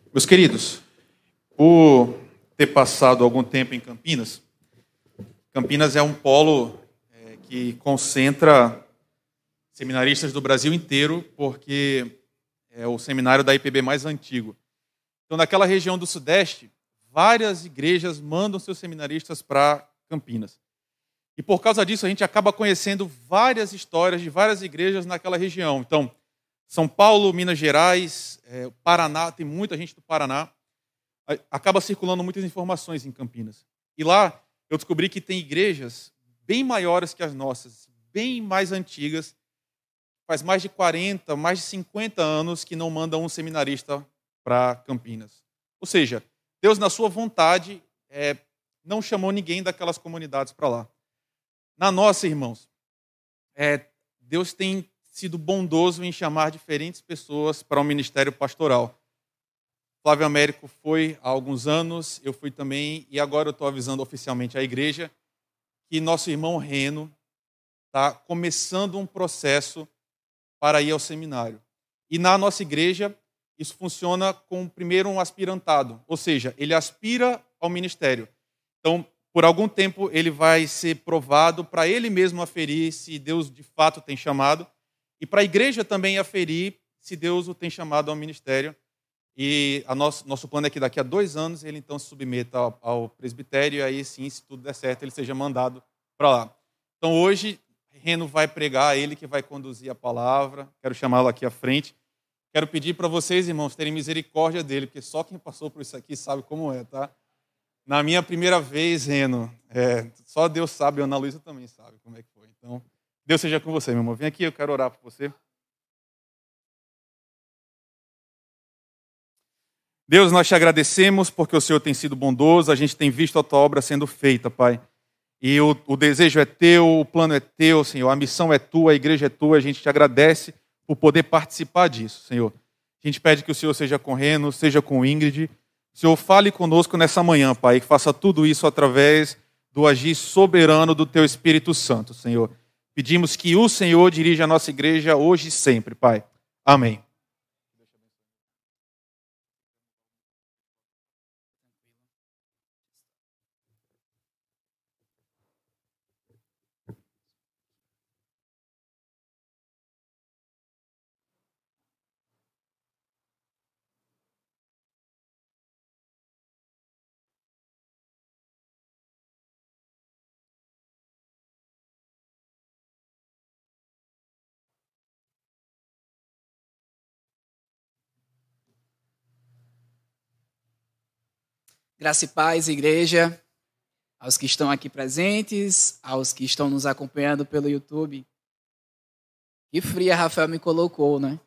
Meus queridos, por ter passado algum tempo em Campinas, Campinas é um polo que concentra seminaristas do Brasil inteiro, porque é o seminário da IPB mais antigo. Então, naquela região do Sudeste, várias igrejas mandam seus seminaristas para Campinas. E por causa disso, a gente acaba conhecendo várias histórias de várias igrejas naquela região. Então, São Paulo, Minas Gerais, Paraná, tem muita gente do Paraná. Acaba circulando muitas informações em Campinas. E lá eu descobri que tem igrejas bem maiores que as nossas, bem mais antigas. Faz mais de 40, mais de 50 anos que não mandam um seminarista para Campinas. Ou seja, Deus, na sua vontade, não chamou ninguém daquelas comunidades para lá. Na nossa, irmãos, Deus tem sido bondoso em chamar diferentes pessoas para o ministério pastoral. Flávio Américo foi há alguns anos, eu fui também, e agora eu estou avisando oficialmente à igreja que nosso irmão Reno está começando um processo para ir ao seminário. E na nossa igreja, isso funciona com primeiro um aspirantado, ou seja, ele aspira ao ministério. Então, por algum tempo, ele vai ser provado para ele mesmo aferir se Deus de fato tem chamado, e para a igreja também aferir se Deus o tem chamado ao ministério. E nosso plano é que daqui a 2 anos ele então se submeta ao presbitério, e aí sim, se tudo der certo, ele seja mandado para lá. Então hoje, Reno vai pregar, ele que vai conduzir a palavra. Quero chamá-lo aqui à frente. Quero pedir para vocês, irmãos, terem misericórdia dele, porque só quem passou por isso aqui sabe como é, tá? Na minha primeira vez, Reno, só Deus sabe, a Ana Luísa também sabe como é que foi. Então, Deus seja com você, meu irmão. Vem aqui, eu quero orar por você. Deus, nós te agradecemos porque o Senhor tem sido bondoso, a gente tem visto a tua obra sendo feita, Pai. E o desejo é teu, o plano é teu, Senhor, a missão é tua, a igreja é tua, a gente te agradece por poder participar disso, Senhor. A gente pede que o Senhor seja com Reno, seja com Ingrid. O Senhor fale conosco nessa manhã, Pai, que faça tudo isso através do agir soberano do teu Espírito Santo, Senhor. Pedimos que o Senhor dirija a nossa igreja hoje e sempre, Pai. Amém. Graça e paz, igreja, aos que estão aqui presentes, aos que estão nos acompanhando pelo YouTube. Que fria Rafael me colocou, né?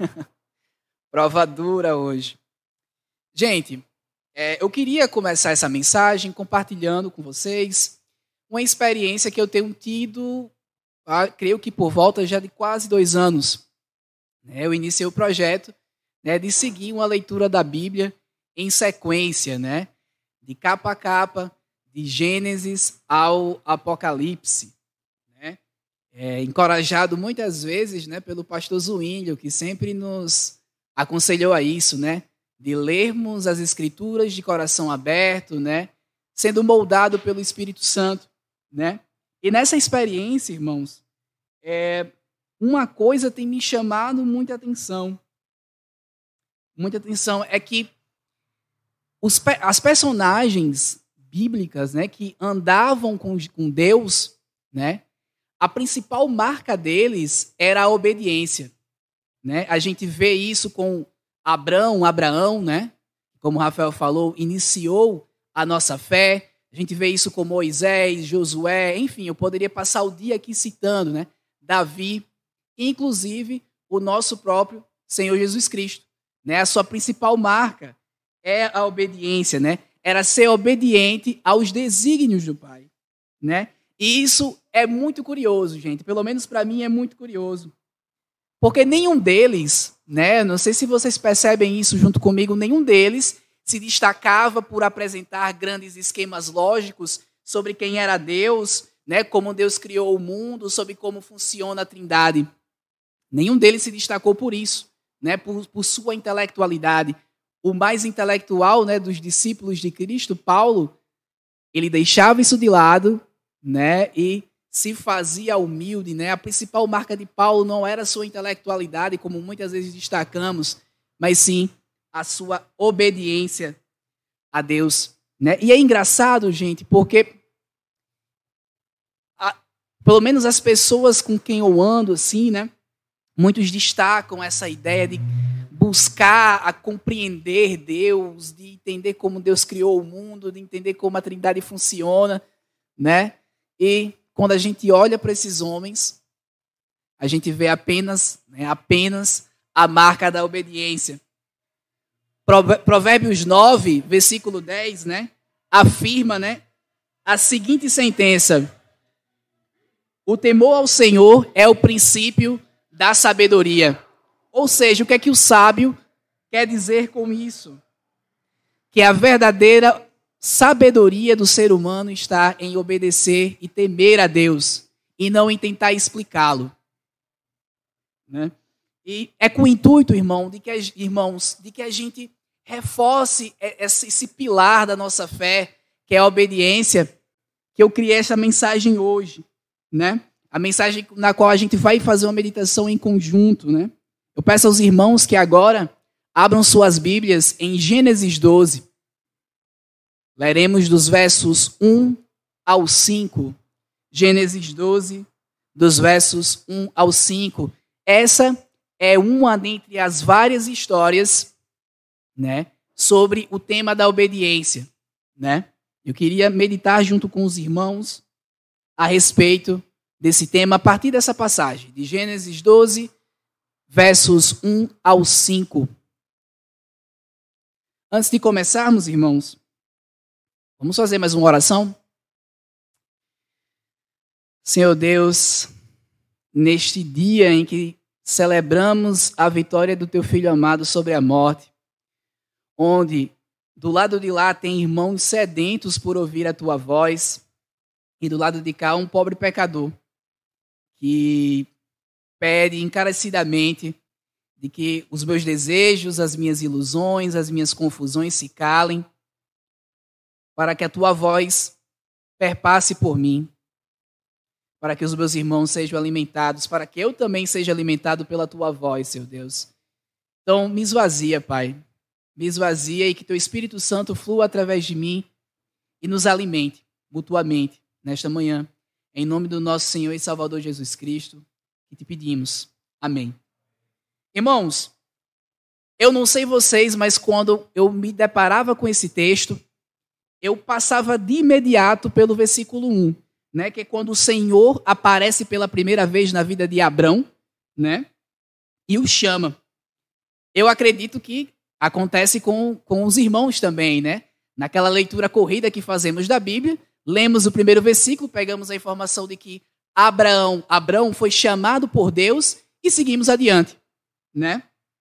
Prova dura hoje. Gente, eu queria começar essa mensagem compartilhando com vocês uma experiência que eu tenho tido, creio que por volta já de quase 2 anos. Eu iniciei o projeto de seguir uma leitura da Bíblia em sequência, de capa a capa, de Gênesis ao Apocalipse. Encorajado muitas vezes pelo pastor Zuínlio, que sempre nos aconselhou a isso, de lermos as Escrituras de coração aberto, sendo moldado pelo Espírito Santo. E nessa experiência, irmãos, uma coisa tem me chamado muita atenção. Muita atenção é que as personagens bíblicas, que andavam com Deus, a principal marca deles era a obediência. A gente vê isso com Abraão, como o Rafael falou, iniciou a nossa fé. A gente vê isso com Moisés, Josué, enfim, eu poderia passar o dia aqui citando, Davi, inclusive o nosso próprio Senhor Jesus Cristo. A sua principal marca é a obediência, Era ser obediente aos desígnios do Pai, E isso é muito curioso, gente. Pelo menos para mim é muito curioso. Porque nenhum deles, não sei se vocês percebem isso junto comigo, nenhum deles se destacava por apresentar grandes esquemas lógicos sobre quem era Deus, como Deus criou o mundo, sobre como funciona a Trindade. Nenhum deles se destacou por isso, por sua intelectualidade. o mais intelectual, né, dos discípulos de Cristo, Paulo, ele deixava isso de lado, né, e se fazia humilde, né? A principal marca de Paulo não era a sua intelectualidade, como muitas vezes destacamos, mas sim a sua obediência a Deus, né? E é engraçado, gente, porque pelo menos as pessoas com quem eu ando, assim, né? Muitos destacam essa ideia de buscar a compreender Deus, de entender como Deus criou o mundo, de entender como a Trindade funciona, né? E quando a gente olha para esses homens, a gente vê apenas a marca da obediência. Provérbios 9, versículo 10, né? Afirma, né, a seguinte sentença: o temor ao Senhor é o princípio da sabedoria. Ou seja, o que é que o sábio quer dizer com isso? Que a verdadeira sabedoria do ser humano está em obedecer e temer a Deus, e não em tentar explicá-lo, né? E é com o intuito, irmãos, de que a gente reforce esse pilar da nossa fé, que é a obediência, que eu criei essa mensagem hoje, né? A mensagem na qual a gente vai fazer uma meditação em conjunto, né? Eu peço aos irmãos que agora abram suas Bíblias em Gênesis 12. Leremos dos versos 1 ao 5. Gênesis 12, dos versos 1 ao 5. Essa é uma dentre as várias histórias, né, sobre o tema da obediência, né? Eu queria meditar junto com os irmãos a respeito desse tema a partir dessa passagem, de Gênesis 12, versos 1 ao 5. Antes de começarmos, irmãos, vamos fazer mais uma oração? Senhor Deus, neste dia em que celebramos a vitória do Teu Filho amado sobre a morte, onde do lado de lá tem irmãos sedentos por ouvir a Tua voz, e do lado de cá um pobre pecador que pede encarecidamente de que os meus desejos, as minhas ilusões, as minhas confusões se calem, para que a Tua voz perpasse por mim, para que os meus irmãos sejam alimentados, para que eu também seja alimentado pela Tua voz, Senhor Deus. Então, me esvazia, Pai. Me esvazia e que Teu Espírito Santo flua através de mim e nos alimente mutuamente nesta manhã. Em nome do nosso Senhor e Salvador Jesus Cristo, que te pedimos. Amém. Irmãos, eu não sei vocês, mas quando eu me deparava com esse texto, eu passava de imediato pelo versículo 1, né, que é quando o Senhor aparece pela primeira vez na vida de Abrão, né, e o chama. Eu acredito que acontece com os irmãos também, né? Naquela leitura corrida que fazemos da Bíblia, lemos o primeiro versículo, pegamos a informação de que Abrão foi chamado por Deus e seguimos adiante, né?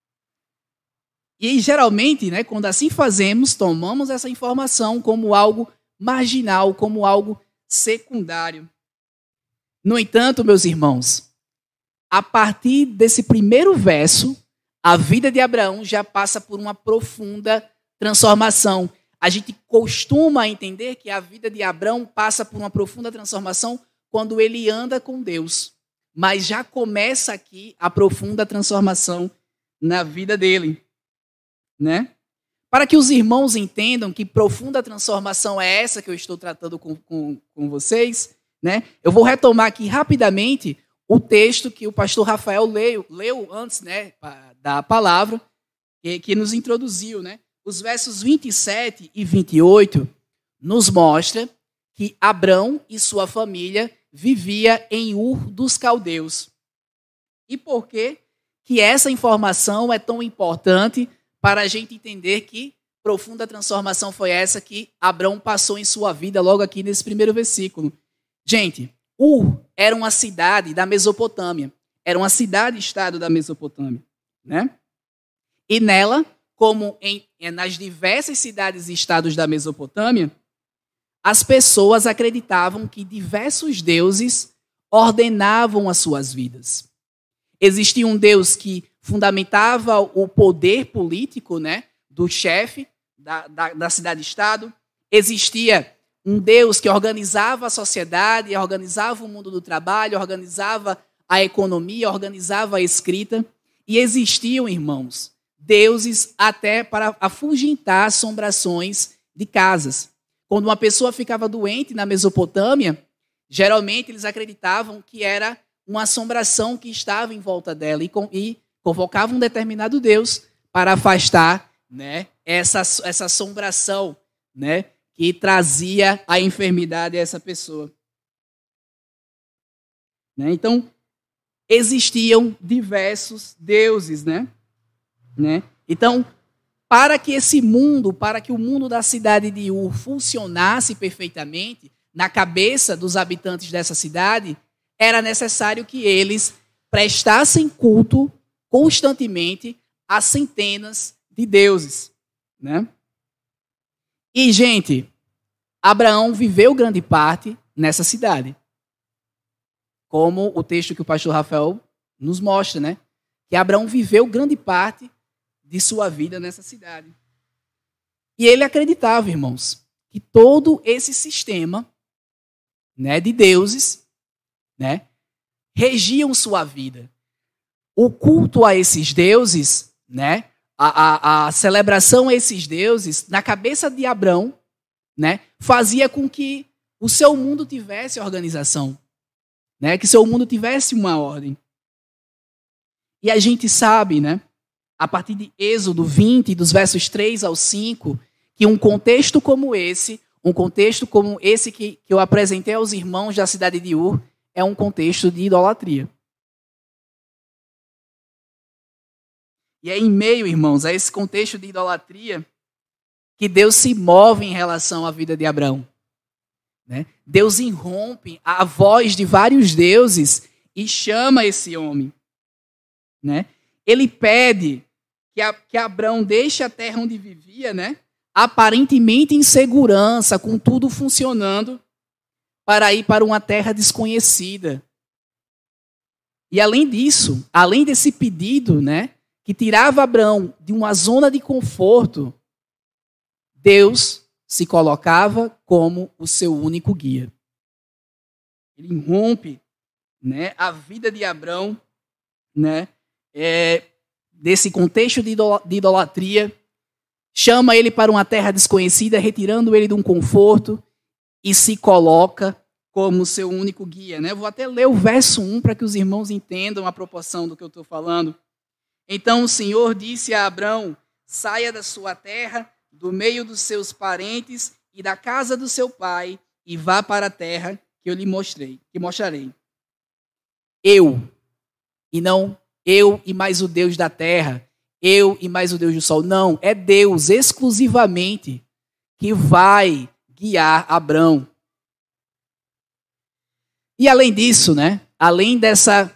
E geralmente, né, quando assim fazemos, tomamos essa informação como algo marginal, como algo secundário. No entanto, meus irmãos, a partir desse primeiro verso, a vida de Abraão já passa por uma profunda transformação. A gente costuma entender que a vida de Abraão passa por uma profunda transformação quando ele anda com Deus. Mas já começa aqui a profunda transformação na vida dele, né? Para que os irmãos entendam que profunda transformação é essa que eu estou tratando com vocês, né? Eu vou retomar aqui rapidamente o texto que o pastor Rafael leu antes, né, da palavra, que nos introduziu, né? Os versos 27 e 28 nos mostra que Abrão e sua família vivia em Ur dos Caldeus. E por que essa informação é tão importante para a gente entender que profunda transformação foi essa que Abrão passou em sua vida logo aqui nesse primeiro versículo? Gente, Ur era uma cidade da Mesopotâmia. Era uma cidade-estado da Mesopotâmia, né? E nela, como nas diversas cidades e estados da Mesopotâmia, as pessoas acreditavam que diversos deuses ordenavam as suas vidas. Existia um Deus que fundamentava o poder político, né, do chefe da cidade-estado, existia um Deus que organizava a sociedade, organizava o mundo do trabalho, organizava a economia, organizava a escrita, e existiam, irmãos, deuses até para afugentar assombrações de casas. Quando uma pessoa ficava doente na Mesopotâmia, geralmente eles acreditavam que era uma assombração que estava em volta dela e convocavam um determinado Deus para afastar, né, essa assombração, né, que trazia a enfermidade a essa pessoa. Né? Então, existiam diversos deuses, né? Então, para que o mundo da cidade de Ur funcionasse perfeitamente, na cabeça dos habitantes dessa cidade, era necessário que eles prestassem culto constantemente a centenas de deuses, né? E, gente, Abraão viveu grande parte nessa cidade. Como o texto que o pastor Rafael nos mostra, né? Que Abraão viveu grande parte de sua vida nessa cidade. E ele acreditava, irmãos, que todo esse sistema, né, de deuses, né, regiam sua vida. O culto a esses deuses, né, a celebração a esses deuses, na cabeça de Abraão, né, fazia com que o seu mundo tivesse organização, né, que seu mundo tivesse uma ordem. E a gente sabe, né, a partir de Êxodo 20, dos versos 3 ao 5, que um contexto como esse que eu apresentei aos irmãos da cidade de Ur, é um contexto de idolatria. E é em meio, irmãos, a esse contexto de idolatria que Deus se move em relação à vida de Abraão. Né? Deus irrompe a voz de vários deuses e chama esse homem. Né? Ele pede que Abraão deixe a terra onde vivia, né? Aparentemente em segurança, com tudo funcionando, para ir para uma terra desconhecida. E além disso, além desse pedido, né, que tirava Abraão de uma zona de conforto, Deus se colocava como o seu único guia. Ele irrompe, né, a vida de Abraão, né, desse contexto de idolatria, chama ele para uma terra desconhecida, retirando ele de um conforto e se coloca como seu único guia. Né? Vou até ler o verso 1 para que os irmãos entendam a proporção do que eu estou falando. Então o Senhor disse a Abrão: saia da sua terra, do meio dos seus parentes e da casa do seu pai, e vá para a terra que eu lhe mostrarei. Eu, e não eu e mais o Deus da terra, eu e mais o Deus do sol. Não, é Deus exclusivamente que vai guiar Abrão. E além disso, né? Além dessa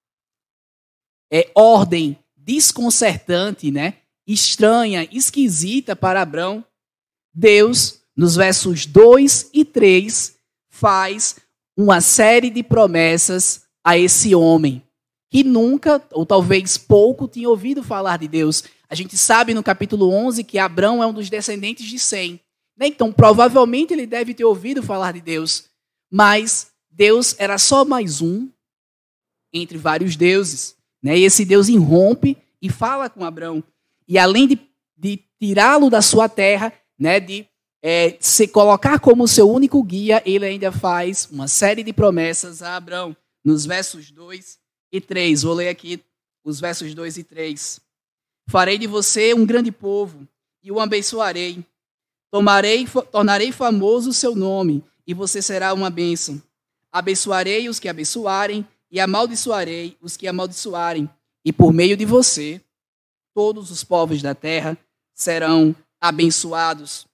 ordem desconcertante, né? Estranha, esquisita para Abrão, Deus, nos versos 2 e 3, faz uma série de promessas a esse homem, que nunca, ou talvez pouco, tinha ouvido falar de Deus. A gente sabe no capítulo 11 que Abrão é um dos descendentes de Sem. Então, provavelmente ele deve ter ouvido falar de Deus. Mas Deus era só mais um entre vários deuses. Né? E esse Deus irrompe e fala com Abrão. E além de tirá-lo da sua terra, né, de se colocar como seu único guia, ele ainda faz uma série de promessas a Abrão. Nos versos 2 e 3. Vou ler aqui os versos 2 e 3. Farei de você um grande povo e o abençoarei. Tornarei famoso o seu nome e você será uma bênção. Abençoarei os que abençoarem e amaldiçoarei os que amaldiçoarem. E por meio de você, todos os povos da terra serão abençoados.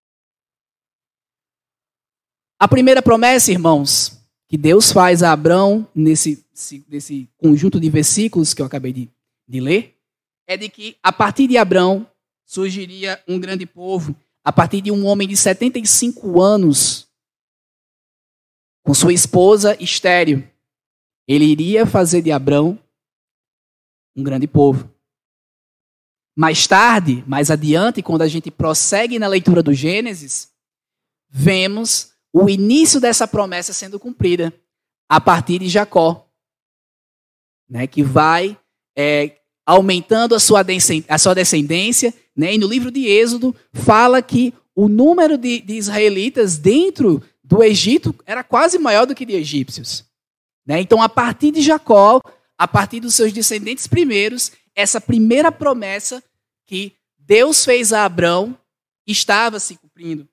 A primeira promessa, irmãos, que Deus faz a Abrão nesse conjunto de versículos que eu acabei de ler, é de que a partir de Abrão surgiria um grande povo, a partir de um homem de 75 anos, com sua esposa estéril. Ele iria fazer de Abrão um grande povo. mais tarde, mais adiante, quando a gente prossegue na leitura do Gênesis, vemos o início dessa promessa sendo cumprida a partir de Jacó, né, que vai aumentando a sua descendência, né, e no livro de Êxodo fala que o número de israelitas dentro do Egito era quase maior do que de egípcios. Né? Então, a partir de Jacó, a partir dos seus descendentes primeiros, essa primeira promessa que Deus fez a Abrão estava se cumprindo.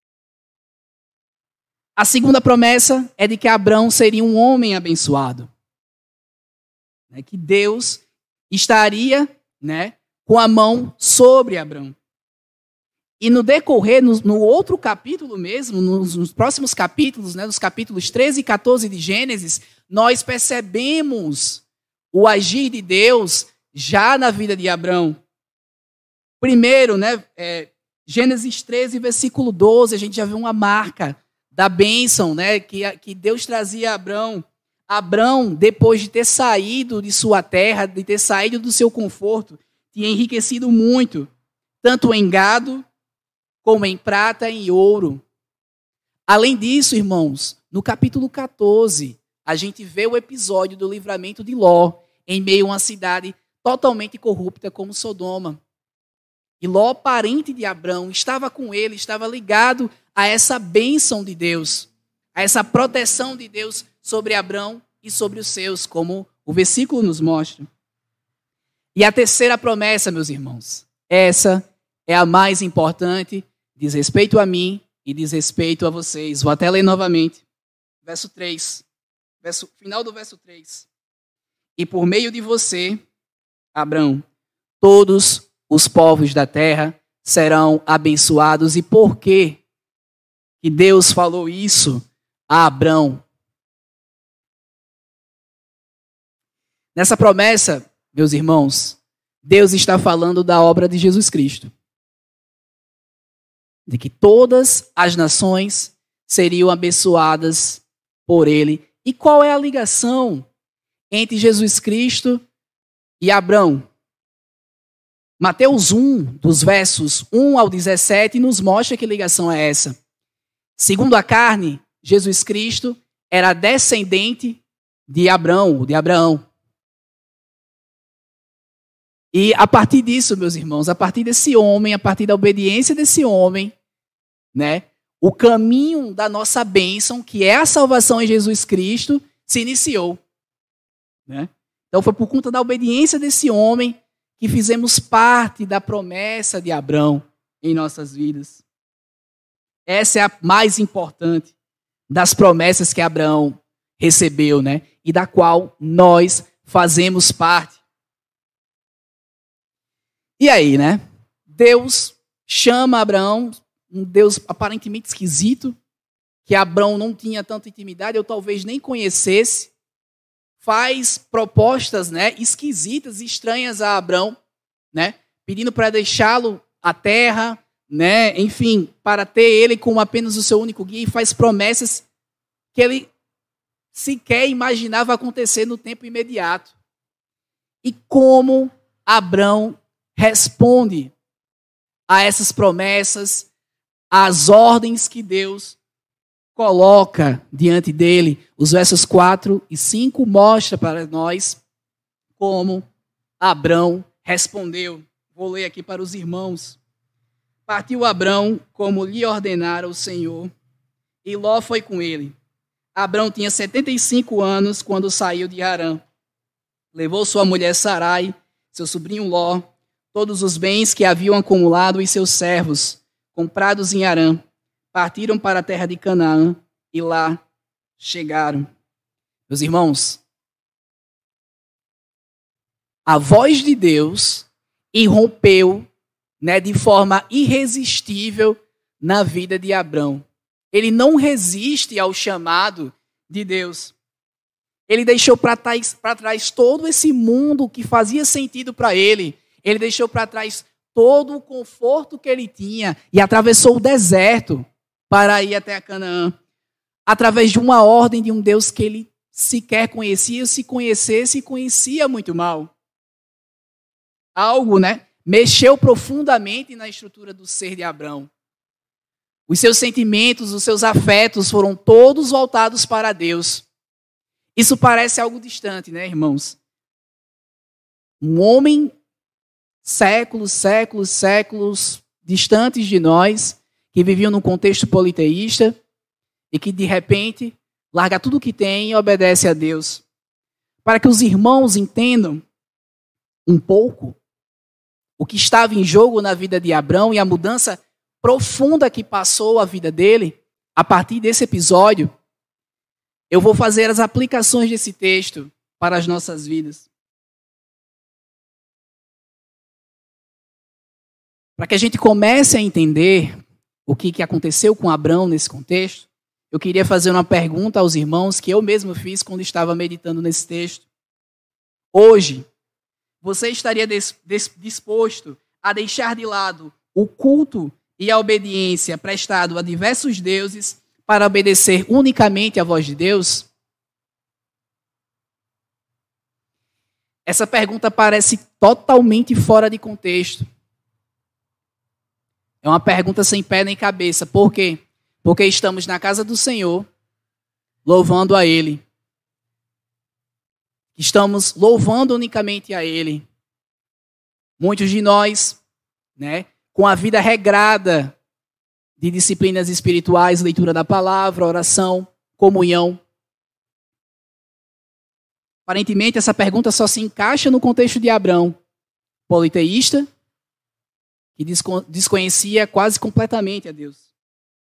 A segunda promessa é de que Abrão seria um homem abençoado. Né? Que Deus estaria, né, com a mão sobre Abrão. E no decorrer, no outro capítulo mesmo, nos próximos capítulos, né, nos capítulos 13 e 14 de Gênesis, nós percebemos o agir de Deus já na vida de Abrão. Primeiro, né, Gênesis 13, versículo 12, a gente já vê uma marca da bênção, né, que Deus trazia a Abrão. Abrão, depois de ter saído de sua terra, de ter saído do seu conforto, tinha enriquecido muito, tanto em gado, como em prata e em ouro. Além disso, irmãos, no capítulo 14, a gente vê o episódio do livramento de Ló, em meio a uma cidade totalmente corrupta como Sodoma. E Ló, parente de Abrão, estava com ele, estava ligado a essa bênção de Deus, a essa proteção de Deus sobre Abrão e sobre os seus, como o versículo nos mostra. E a terceira promessa, meus irmãos, essa é a mais importante, diz respeito a mim e diz respeito a vocês. Vou até ler novamente. Verso 3. Final do verso 3. E por meio de você, Abrão, todos os povos da terra serão abençoados. E por que Deus falou isso a Abrão? Nessa promessa, meus irmãos, Deus está falando da obra de Jesus Cristo. De que todas as nações seriam abençoadas por ele. E qual é a ligação entre Jesus Cristo e Abrão? Mateus 1, dos versos 1 ao 17, nos mostra que ligação é essa. Segundo a carne, Jesus Cristo era descendente de Abraão. E a partir disso, meus irmãos, a partir desse homem, a partir da obediência desse homem, né, o caminho da nossa bênção, que é a salvação em Jesus Cristo, se iniciou. Né? Então foi por conta da obediência desse homem que fizemos parte da promessa de Abrão em nossas vidas. Essa é a mais importante das promessas que Abraão recebeu, né? E da qual nós fazemos parte. E aí, né? Deus chama Abraão, um Deus aparentemente esquisito, que Abraão não tinha tanta intimidade, ou talvez nem conhecesse, faz propostas, né, esquisitas e estranhas a Abraão, né, pedindo para deixá-lo a terra, né, enfim, para ter ele como apenas o seu único guia, e faz promessas que ele sequer imaginava acontecer no tempo imediato. E como Abraão responde a essas promessas, às ordens que Deus coloca diante dele. Os versos 4 e 5 mostram para nós como Abrão respondeu. Vou ler aqui para os irmãos. Partiu Abrão como lhe ordenara o Senhor, e Ló foi com ele. Abrão tinha 75 anos quando saiu de Harã. Levou sua mulher Sarai, seu sobrinho Ló, todos os bens que haviam acumulado e seus servos, comprados em Harã, partiram para a terra de Canaã e lá chegaram. Meus irmãos, a voz de Deus irrompeu, né, de forma irresistível na vida de Abrão. Ele não resiste ao chamado de Deus. Ele deixou para trás todo esse mundo que fazia sentido para ele. Ele deixou para trás todo o conforto que ele tinha e atravessou o deserto para ir até a Canaã, através de uma ordem de um Deus que ele sequer conhecia, se conhecesse, conhecia muito mal. Algo, né, mexeu profundamente na estrutura do ser de Abrão. Os seus sentimentos, os seus afetos foram todos voltados para Deus. Isso parece algo distante, né, irmãos? Um homem, séculos distantes de nós, que viviam num contexto politeísta e que, de repente, larga tudo o que tem e obedece a Deus. Para que os irmãos entendam um pouco o que estava em jogo na vida de Abrão e a mudança profunda que passou a vida dele, a partir desse episódio, eu vou fazer as aplicações desse texto para as nossas vidas. Para que a gente comece a entender o que aconteceu com Abrão nesse contexto, eu queria fazer uma pergunta aos irmãos que eu mesmo fiz quando estava meditando nesse texto. Hoje, você estaria disposto a deixar de lado o culto e a obediência prestado a diversos deuses para obedecer unicamente à voz de Deus? Essa pergunta parece totalmente fora de contexto. É uma pergunta sem pé nem cabeça. Por quê? Porque estamos na casa do Senhor, louvando a Ele. Estamos louvando unicamente a Ele. Muitos de nós, né, com a vida regrada de disciplinas espirituais, leitura da palavra, oração, comunhão. Aparentemente, essa pergunta só se encaixa no contexto de Abrão, politeísta, que desconhecia quase completamente a Deus.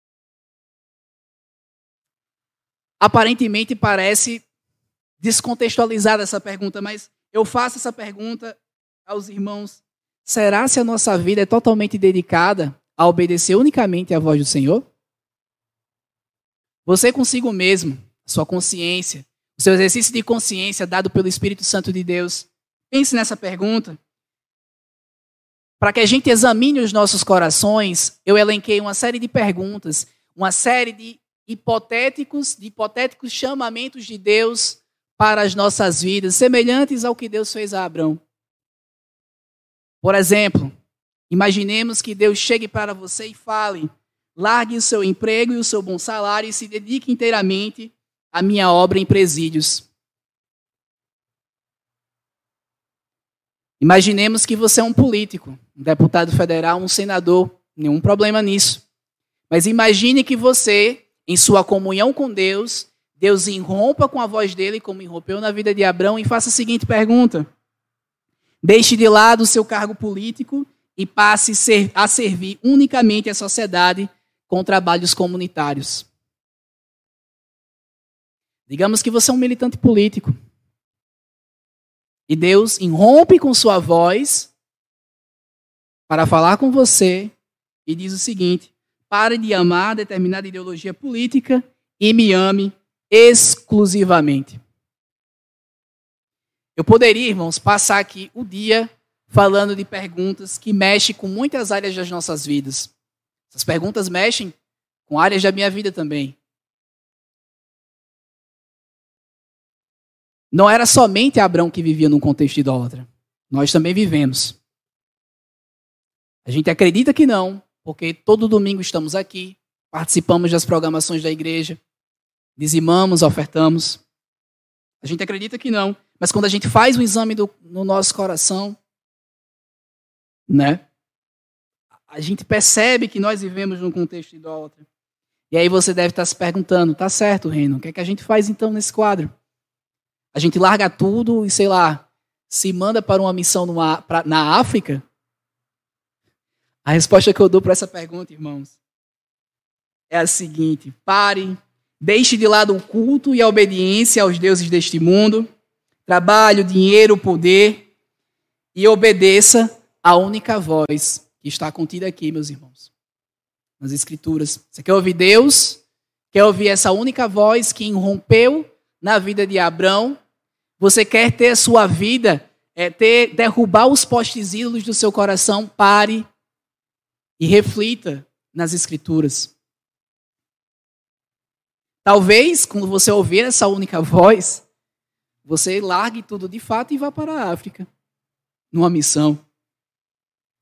Aparentemente parece descontextualizada essa pergunta, mas eu faço essa pergunta aos irmãos. Será se a nossa vida é totalmente dedicada a obedecer unicamente à voz do Senhor? Você consigo mesmo, sua consciência, o seu exercício de consciência dado pelo Espírito Santo de Deus, pense nessa pergunta. Para que a gente examine os nossos corações, eu elenquei uma série de perguntas, uma série de hipotéticos chamamentos de Deus para as nossas vidas, semelhantes ao que Deus fez a Abrão. Por exemplo, imaginemos que Deus chegue para você e fale: largue o seu emprego e o seu bom salário e se dedique inteiramente à minha obra em presídios. Imaginemos que você é um político, um deputado federal, um senador, nenhum problema nisso. Mas imagine que você, em sua comunhão com Deus, Deus irrompa com a voz dele, como irrompeu na vida de Abrão, e faça a seguinte pergunta: deixe de lado o seu cargo político e passe a servir unicamente a sociedade com trabalhos comunitários. Digamos que você é um militante político. E Deus irrompe com sua voz para falar com você e diz o seguinte: pare de amar determinada ideologia política e me ame exclusivamente. Eu poderia, irmãos, passar aqui o dia falando de perguntas que mexem com muitas áreas das nossas vidas. Essas perguntas mexem com áreas da minha vida também. Não era somente Abrão que vivia num contexto idólatra. Nós também vivemos. A gente acredita que não, porque todo domingo estamos aqui, participamos das programações da igreja, dizimamos, ofertamos. A gente acredita que não, mas quando a gente faz um exame no nosso coração, né, a gente percebe que nós vivemos num contexto idólatra. E aí você deve estar se perguntando: tá certo, Reino, o que é que a gente faz então nesse quadro? A gente larga tudo e, sei lá, se manda para uma missão na África? A resposta que eu dou para essa pergunta, irmãos, é a seguinte: pare, deixe de lado o culto e a obediência aos deuses deste mundo, trabalho, dinheiro, poder, e obedeça à única voz que está contida aqui, meus irmãos, nas Escrituras. Você quer ouvir Deus? Quer ouvir essa única voz que irrompeu na vida de Abrão? Você quer ter a sua vida, derrubar os postes ídolos do seu coração? Pare e reflita nas Escrituras. Talvez, quando você ouvir essa única voz, você largue tudo de fato e vá para a África, numa missão.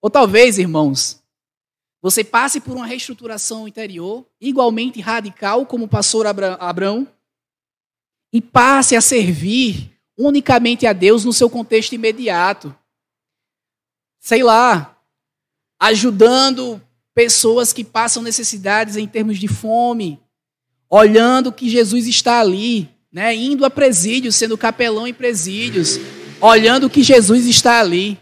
Ou talvez, irmãos, você passe por uma reestruturação interior, igualmente radical como o pastor Abrão, e passe a servir unicamente a Deus no seu contexto imediato. Sei lá, ajudando pessoas que passam necessidades em termos de fome, olhando que Jesus está ali, né, indo a presídios, sendo capelão em presídios, olhando que Jesus está ali.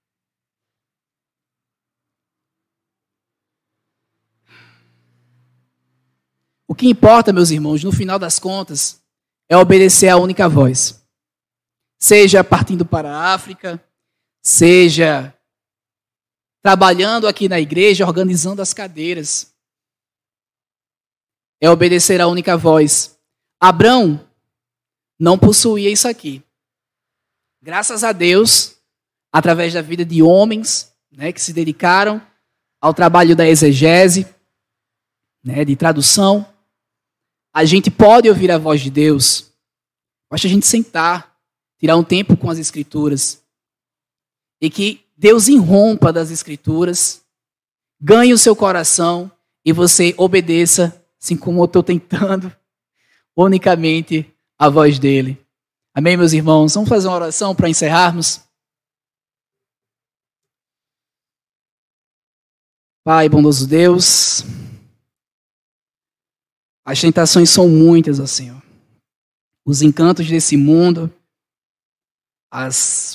O que importa, meus irmãos, no final das contas, é obedecer à única voz. Seja partindo para a África, seja trabalhando aqui na igreja, organizando as cadeiras. É obedecer à única voz. Abrão não possuía isso aqui. Graças a Deus, através da vida de homens, né, que se dedicaram ao trabalho da exegese, né, de tradução, a gente pode ouvir a voz de Deus. Basta a gente sentar, tirar um tempo com as Escrituras, e que Deus irrompa das Escrituras, ganhe o seu coração e você obedeça, assim como eu estou tentando, unicamente a voz dele. Amém, meus irmãos? Vamos fazer uma oração para encerrarmos? Pai, bondoso Deus, as tentações são muitas, ó Senhor. Os encantos desse mundo, a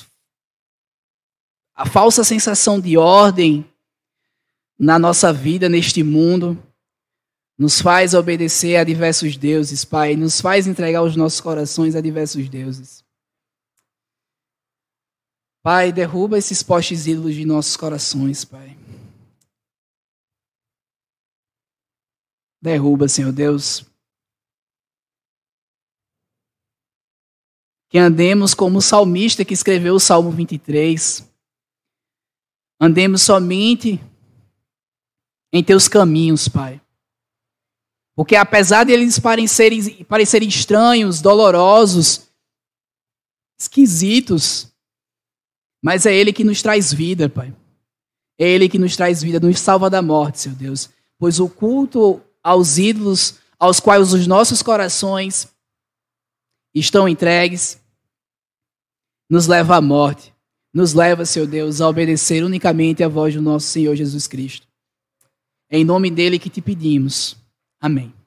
falsa sensação de ordem na nossa vida, neste mundo, nos faz obedecer a diversos deuses, Pai. Nos faz entregar os nossos corações a diversos deuses. Pai, derruba esses postes ídolos de nossos corações, Pai. Derruba, Senhor Deus. Que andemos como o salmista que escreveu o Salmo 23. Andemos somente em teus caminhos, Pai. Porque apesar de eles parecerem estranhos, dolorosos, esquisitos, mas é Ele que nos traz vida, Pai. É Ele que nos traz vida, nos salva da morte, Senhor Deus. Pois o culto aos ídolos aos quais os nossos corações estão entregues, nos leva à morte. Nos leva, Senhor Deus, a obedecer unicamente a voz do nosso Senhor Jesus Cristo. É em nome dele que te pedimos. Amém.